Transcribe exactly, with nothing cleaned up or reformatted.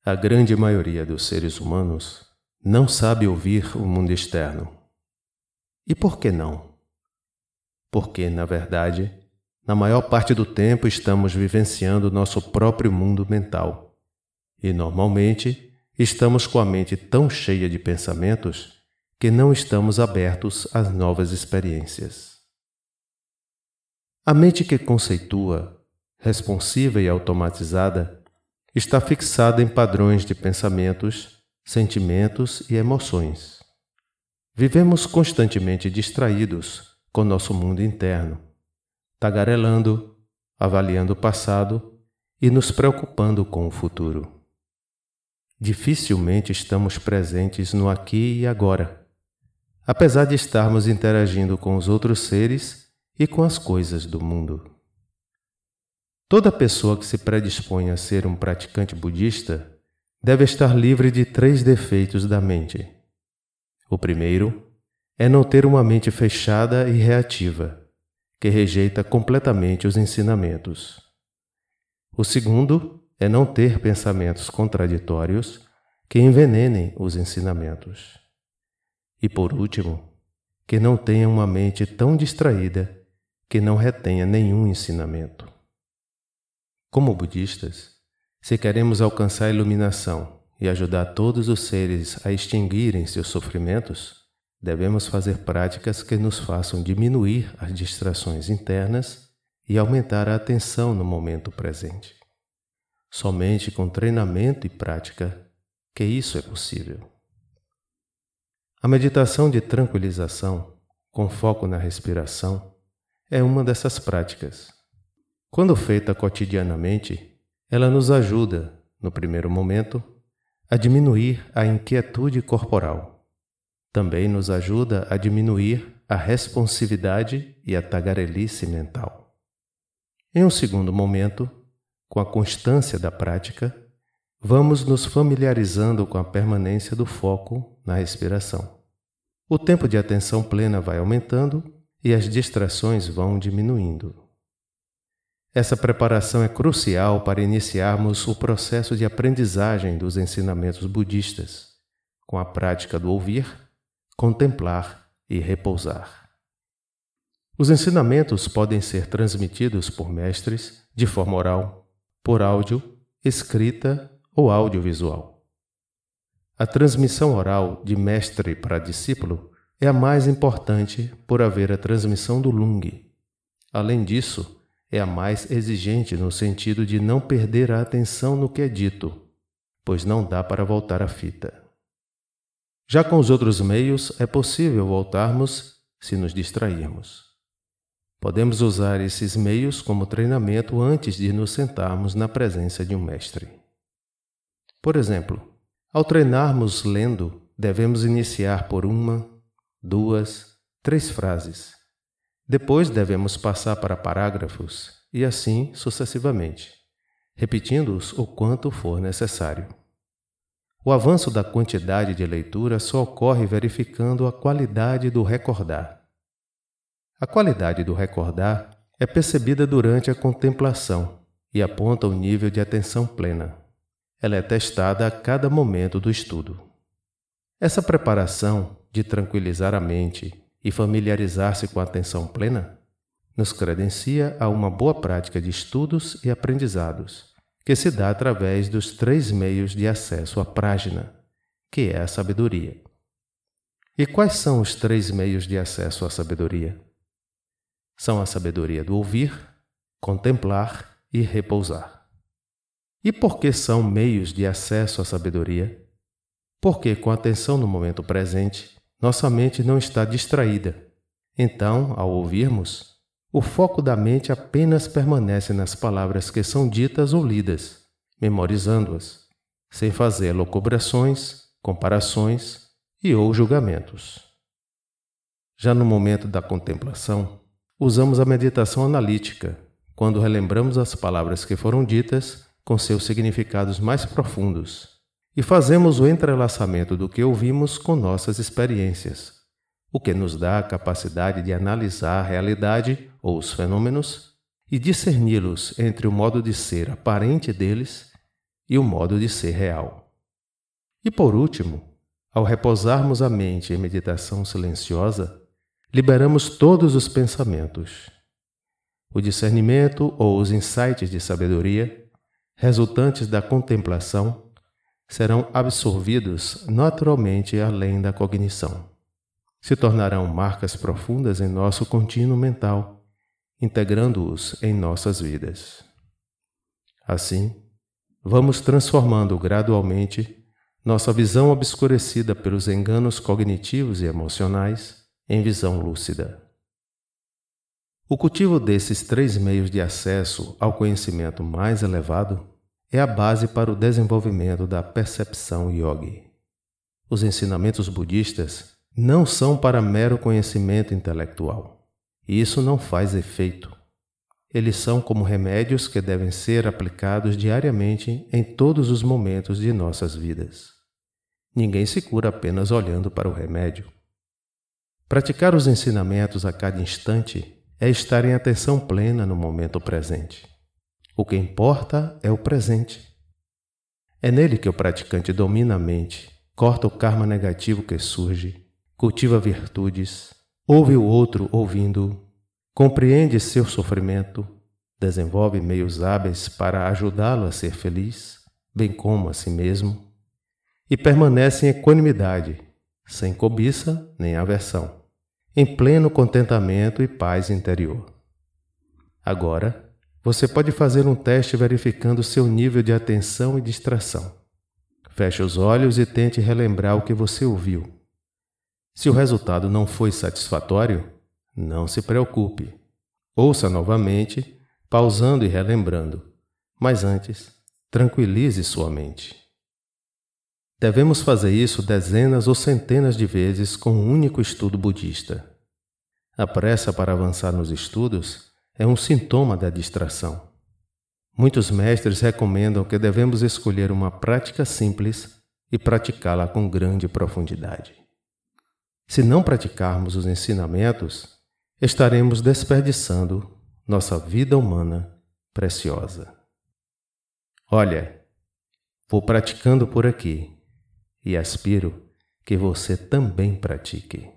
A grande maioria dos seres humanos não sabe ouvir o mundo externo. E por que não? Porque, na verdade, na maior parte do tempo estamos vivenciando nosso próprio mundo mental. E, normalmente, estamos com a mente tão cheia de pensamentos que não estamos abertos às novas experiências. A mente que conceitua, responsiva e automatizada, está fixada em padrões de pensamentos, sentimentos e emoções. Vivemos constantemente distraídos com nosso mundo interno, tagarelando, avaliando o passado e nos preocupando com o futuro. Dificilmente estamos presentes no aqui e agora, apesar de estarmos interagindo com os outros seres e com as coisas do mundo. Toda pessoa que se predispõe a ser um praticante budista deve estar livre de três defeitos da mente. O primeiro é não ter uma mente fechada e reativa, que rejeita completamente os ensinamentos. O segundo é não ter pensamentos contraditórios que envenenem os ensinamentos. E por último, que não tenha uma mente tão distraída que não retenha nenhum ensinamento. Como budistas, se queremos alcançar a iluminação e ajudar todos os seres a extinguirem seus sofrimentos, devemos fazer práticas que nos façam diminuir as distrações internas e aumentar a atenção no momento presente. Somente com treinamento e prática que isso é possível. A meditação de tranquilização, com foco na respiração, é uma dessas práticas. Quando feita cotidianamente, ela nos ajuda, no primeiro momento, a diminuir a inquietude corporal. Também nos ajuda a diminuir a responsividade e a tagarelice mental. Em um segundo momento, com a constância da prática, vamos nos familiarizando com a permanência do foco na respiração. O tempo de atenção plena vai aumentando e as distrações vão diminuindo. Essa preparação é crucial para iniciarmos o processo de aprendizagem dos ensinamentos budistas, com a prática do ouvir, contemplar e repousar. Os ensinamentos podem ser transmitidos por mestres de forma oral, por áudio, escrita ou audiovisual. A transmissão oral de mestre para discípulo é a mais importante por haver a transmissão do Lung. Além disso, é a mais exigente no sentido de não perder a atenção no que é dito, pois não dá para voltar a fita. Já com os outros meios, é possível voltarmos se nos distrairmos. Podemos usar esses meios como treinamento antes de nos sentarmos na presença de um mestre. Por exemplo, ao treinarmos lendo, devemos iniciar por uma, duas, três frases. Depois devemos passar para parágrafos e assim sucessivamente, repetindo-os o quanto for necessário. O avanço da quantidade de leitura só ocorre verificando a qualidade do recordar. A qualidade do recordar é percebida durante a contemplação e aponta o nível de atenção plena. Ela é testada a cada momento do estudo. Essa preparação de tranquilizar a mente e familiarizar-se com a atenção plena nos credencia a uma boa prática de estudos e aprendizados, que se dá através dos três meios de acesso à prajna, que é a sabedoria. E quais são os três meios de acesso à sabedoria? São a sabedoria do ouvir, contemplar e repousar. E por que são meios de acesso à sabedoria? Porque, com a atenção no momento presente, nossa mente não está distraída. Então, ao ouvirmos, o foco da mente apenas permanece nas palavras que são ditas ou lidas, memorizando-as, sem fazer locubrações, comparações e ou julgamentos. Já no momento da contemplação, usamos a meditação analítica, quando relembramos as palavras que foram ditas com seus significados mais profundos, e fazemos o entrelaçamento do que ouvimos com nossas experiências, o que nos dá a capacidade de analisar a realidade ou os fenômenos e discerni-los entre o modo de ser aparente deles e o modo de ser real. E por último, ao repousarmos a mente em meditação silenciosa, liberamos todos os pensamentos. O discernimento ou os insights de sabedoria, resultantes da contemplação, serão absorvidos naturalmente além da cognição. Se tornarão marcas profundas em nosso contínuo mental, integrando-os em nossas vidas. Assim, vamos transformando gradualmente nossa visão obscurecida pelos enganos cognitivos e emocionais em visão lúcida. O cultivo desses três meios de acesso ao conhecimento mais elevado é a base para o desenvolvimento da percepção yogi. Os ensinamentos budistas não são para mero conhecimento intelectual, e isso não faz efeito. Eles são como remédios que devem ser aplicados diariamente em todos os momentos de nossas vidas. Ninguém se cura apenas olhando para o remédio. Praticar os ensinamentos a cada instante é estar em atenção plena no momento presente. O que importa é o presente. É nele que o praticante domina a mente, corta o karma negativo que surge, cultiva virtudes, ouve o outro ouvindo-o, compreende seu sofrimento, desenvolve meios hábeis para ajudá-lo a ser feliz, bem como a si mesmo, e permanece em equanimidade, sem cobiça nem aversão, em pleno contentamento e paz interior. Agora, você pode fazer um teste verificando seu nível de atenção e distração. Feche os olhos e tente relembrar o que você ouviu. Se o resultado não foi satisfatório, não se preocupe. Ouça novamente, pausando e relembrando, mas antes, tranquilize sua mente. Devemos fazer isso dezenas ou centenas de vezes com um único estudo budista. A pressa para avançar nos estudos é um sintoma da distração. Muitos mestres recomendam que devemos escolher uma prática simples e praticá-la com grande profundidade. Se não praticarmos os ensinamentos, estaremos desperdiçando nossa vida humana preciosa. Olha, vou praticando por aqui e aspiro que você também pratique.